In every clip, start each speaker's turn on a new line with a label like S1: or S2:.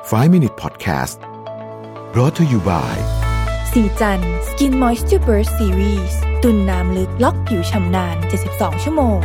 S1: 5 Minute Podcast brought to you by
S2: สีจัน Skin Moisture Burst Series ตุ่นน้ำลึกล็อกผิวชำนาน72 ชั่วโมง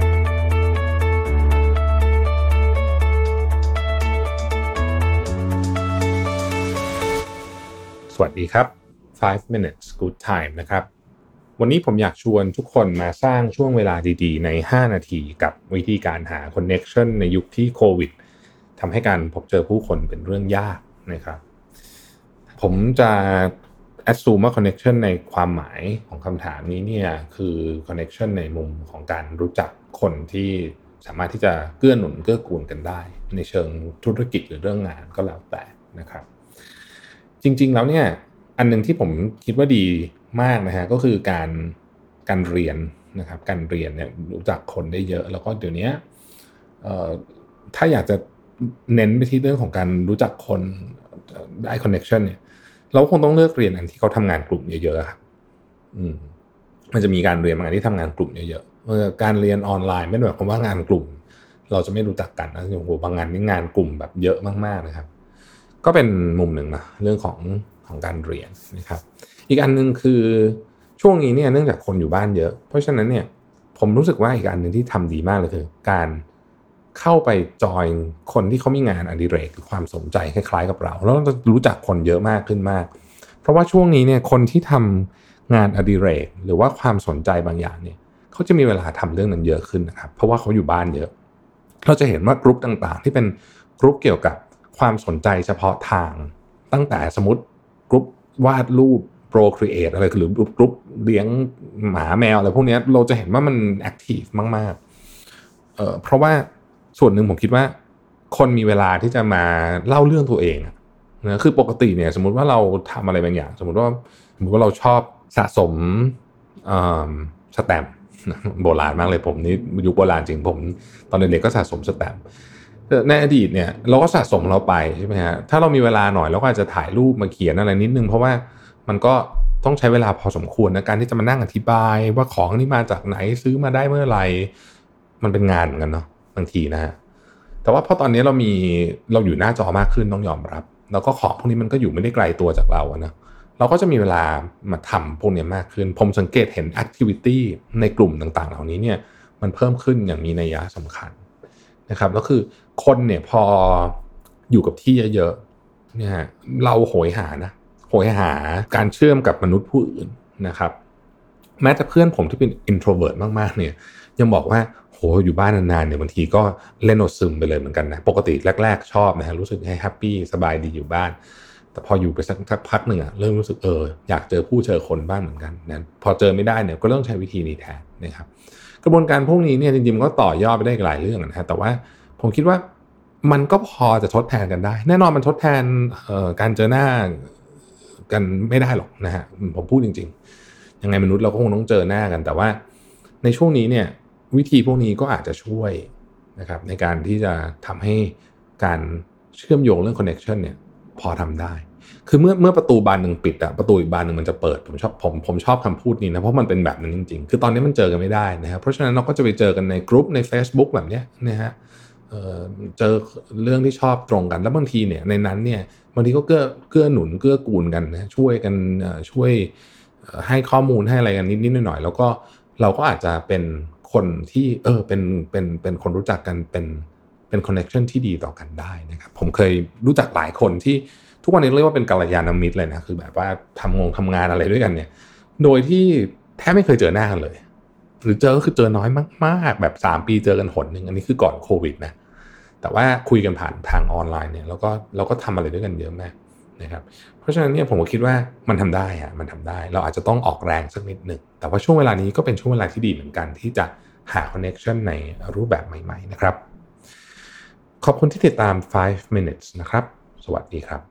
S3: สวัสดีครับ 5 minutes good time นะครับวันนี้ผมอยากชวนทุกคนมาสร้างช่วงเวลาดีๆใน5นาทีกับวิธีการหา connection ในยุคที่โควิดทำให้การพบเจอผู้คนเป็นเรื่องยากนะครับผมจะ assume ว่า connection ในความหมายของคำถามนี้เนี่ยคือ connection ในมุมของการรู้จักคนที่สามารถที่จะเกื้อหนุนเกื้อกูลกันได้ในเชิงธุรกิจหรือเรื่องงานก็แล้วแต่นะครับจริงๆแล้วเนี่ยอันนึงที่ผมคิดว่าดีมากนะฮะก็คือการเรียนนะครับการเรียนเนี่ยรู้จักคนได้เยอะแล้วก็เดี๋ยวนี้ถ้าอยากจะเน้นไปที่เรื่องของการรู้จักคนได้คอนเนคชั่นเนี่ยเราคงต้องเลือกเรียนอันที่เขาทำงานกลุ่มเยอะๆครับมันจะมีการเรียนบางอันที่ทำงานกลุ่มเยอะๆการเรียนออนไลน์ไม่ได้หมายความว่างานกลุ่มเราจะไม่รู้จักกันนะโอ้โหบางงานนี่งานกลุ่มแบบเยอะมากๆนะครับก็เป็นมุมหนึ่งนะเรื่องของการเรียนนะครับอีกอันนึงคือช่วงนี้เนี่ยเนื่องจากคนอยู่บ้านเยอะเพราะฉะนั้นเนี่ยผมรู้สึกว่าอีกอันนึงที่ทำดีมากเลยคือการเข้าไปจอยคนที่เขามีงานอดิเรกหรือความสนใจคล้ายๆกับเราแล้วเราจะรู้จักคนเยอะมากขึ้นมากเพราะว่าช่วงนี้เนี่ยคนที่ทำงานอดิเรกหรือว่าความสนใจบางอย่างเนี่ยเขาจะมีเวลาทำเรื่องนั้นเยอะขึ้นนะครับเพราะว่าเขาอยู่บ้านเยอะเราจะเห็นว่ากลุ่มต่างๆที่เป็นกลุ่มเกี่ยวกับความสนใจเฉพาะทางตั้งแต่สมมติกลุ่มวาดรูปโปรครีเอทอะไรหรือกลุ่มเลี้ยงหมาแมวอะไรพวกนี้เราจะเห็นว่ามันแอคทีฟมากๆเพราะว่าส่วนหนึ่งผมคิดว่าคนมีเวลาที่จะมาเล่าเรื่องตัวเองนะคือปกติเนี่ยสมมุติว่าเราทำอะไรบางอย่างสมมุติว่าเราชอบสะสมสแตมป์โบราณมากเลยผมนี่ยุคโบราณจริงผมตอนเด็กๆก็สะสมสแตมป์ในอดีตเนี่ยเราก็สะสมเราไปใช่ไหมฮะถ้าเรามีเวลาหน่อยเราก็อาจจะถ่ายรูปมาเขียนอะไรนิดนึงเพราะว่ามันก็ต้องใช้เวลาพอสมควรนะการที่จะมานั่งอธิบายว่าของนี่มาจากไหนซื้อมาได้เมื่อไหร่มันเป็นงานเหมือนกันเนาะบางทีนะฮะแต่ว่าพอตอนนี้เราอยู่หน้าจอมากขึ้นต้องยอมรับแล้วก็ของพวกนี้มันก็อยู่ไม่ได้ไกลตัวจากเราอะนะเราก็จะมีเวลามาทำพวกนี้มากขึ้นผมสังเกตเห็นแอคทิวิตี้ในกลุ่มต่างๆเหล่านี้เนี่ยมันเพิ่มขึ้นอย่างมีนัยยะสำคัญนะครับแล้วคือคนเนี่ยพออยู่กับที่เยอะๆเนี่ยเราโหยหาการเชื่อมกับมนุษย์ผู้อื่นนะครับแม้แต่เพื่อนผมที่เป็น introvert มากๆเนี่ยยังบอกว่าโหอยู่บ้านนานๆเนี่ยบางทีก็เล่นโนซึมไปเลยเหมือนกันนะปกติแรกๆชอบนะฮะรู้สึกให้แฮปปี้สบายดีอยู่บ้านแต่พออยู่ไปสักพักหนึ่งเริ่มรู้สึกอยากเจอผู้เจอคนบ้างเหมือนกันนะพอเจอไม่ได้เนี่ยก็ต้องใช้วิธีนี้แทนนะครับกระบวนการพวกนี้เนี่ยจริงๆก็ต่อยอดไปได้หลายเรื่องนะฮะแต่ว่าผมคิดว่ามันก็พอจะทดแทนกันได้แน่นอนมันทดแทนการเจอหน้ากันไม่ได้หรอกนะฮะผมพูดจริงๆยังไงมนุษย์เราก็คงต้องเจอหน้ากันแต่ว่าในช่วงนี้เนี่ยวิธีพวกนี้ก็อาจจะช่วยนะครับในการที่จะทำให้การเชื่อมโยงเรื่อง connection เนี่ยพอทำได้คือเมื่อประตูบานหนึ่งปิดประตูอีกบานหนึ่งมันจะเปิดผมชอบคำพูดนี้นะเพราะมันเป็นแบบนั้นจริงๆคือตอนนี้มันเจอกันไม่ได้นะครับเพราะฉะนั้นเราก็จะไปเจอกันในกลุ่มใน Facebook แบบนี้นะฮะเจอเรื่องที่ชอบตรงกันแล้วบางทีเนี่ยในนั้นเนี่ยบางทีก็เกื้อหนุนเกื้อกูลกันนะช่วยกันช่วยให้ข้อมูลให้อะไรกันนิดๆหน่อยๆแล้วก็เราก็อาจจะเป็นคนที่เป็นคนรู้จักกันเป็นคอนเนคชั่นที่ดีต่อกันได้นะครับผมเคยรู้จักหลายคนที่ทุกวันนี้เรียกว่าเป็นกัลยาณมิตรเลยนะคือแบบว่าทำงานอะไรด้วยกันเนี่ยโดยที่แทบไม่เคยเจอหน้ากันเลยหรือเจอก็คือเจอน้อยมากๆแบบ3ปีเจอกันหนนึงอันนี้คือก่อนโควิดนะแต่ว่าคุยกันผ่านทางออนไลน์เนี่ยเราก็ทำอะไรด้วยกันเยอะมากนะครับเพราะฉะนั้นเนี่ยผมก็คิดว่ามันทำได้มันทำได้เราอาจจะต้องออกแรงสักนิดหนึ่งแต่ว่าช่วงเวลานี้ก็เป็นช่วงเวลาที่ดีเหมือนกันที่จะหา connection ในรูปแบบใหม่ๆนะครับขอบคุณที่ติดตาม 5 minutes นะครับสวัสดีครับ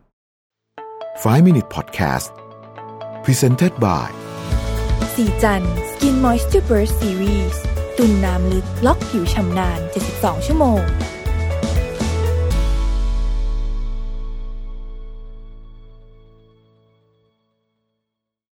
S1: 5 Minute Podcast Presented by
S2: สีจัน Skin Moisture Burst Series ตุ่นน้ำลึกล็อกผิวชำนาน72 ชั่วโมง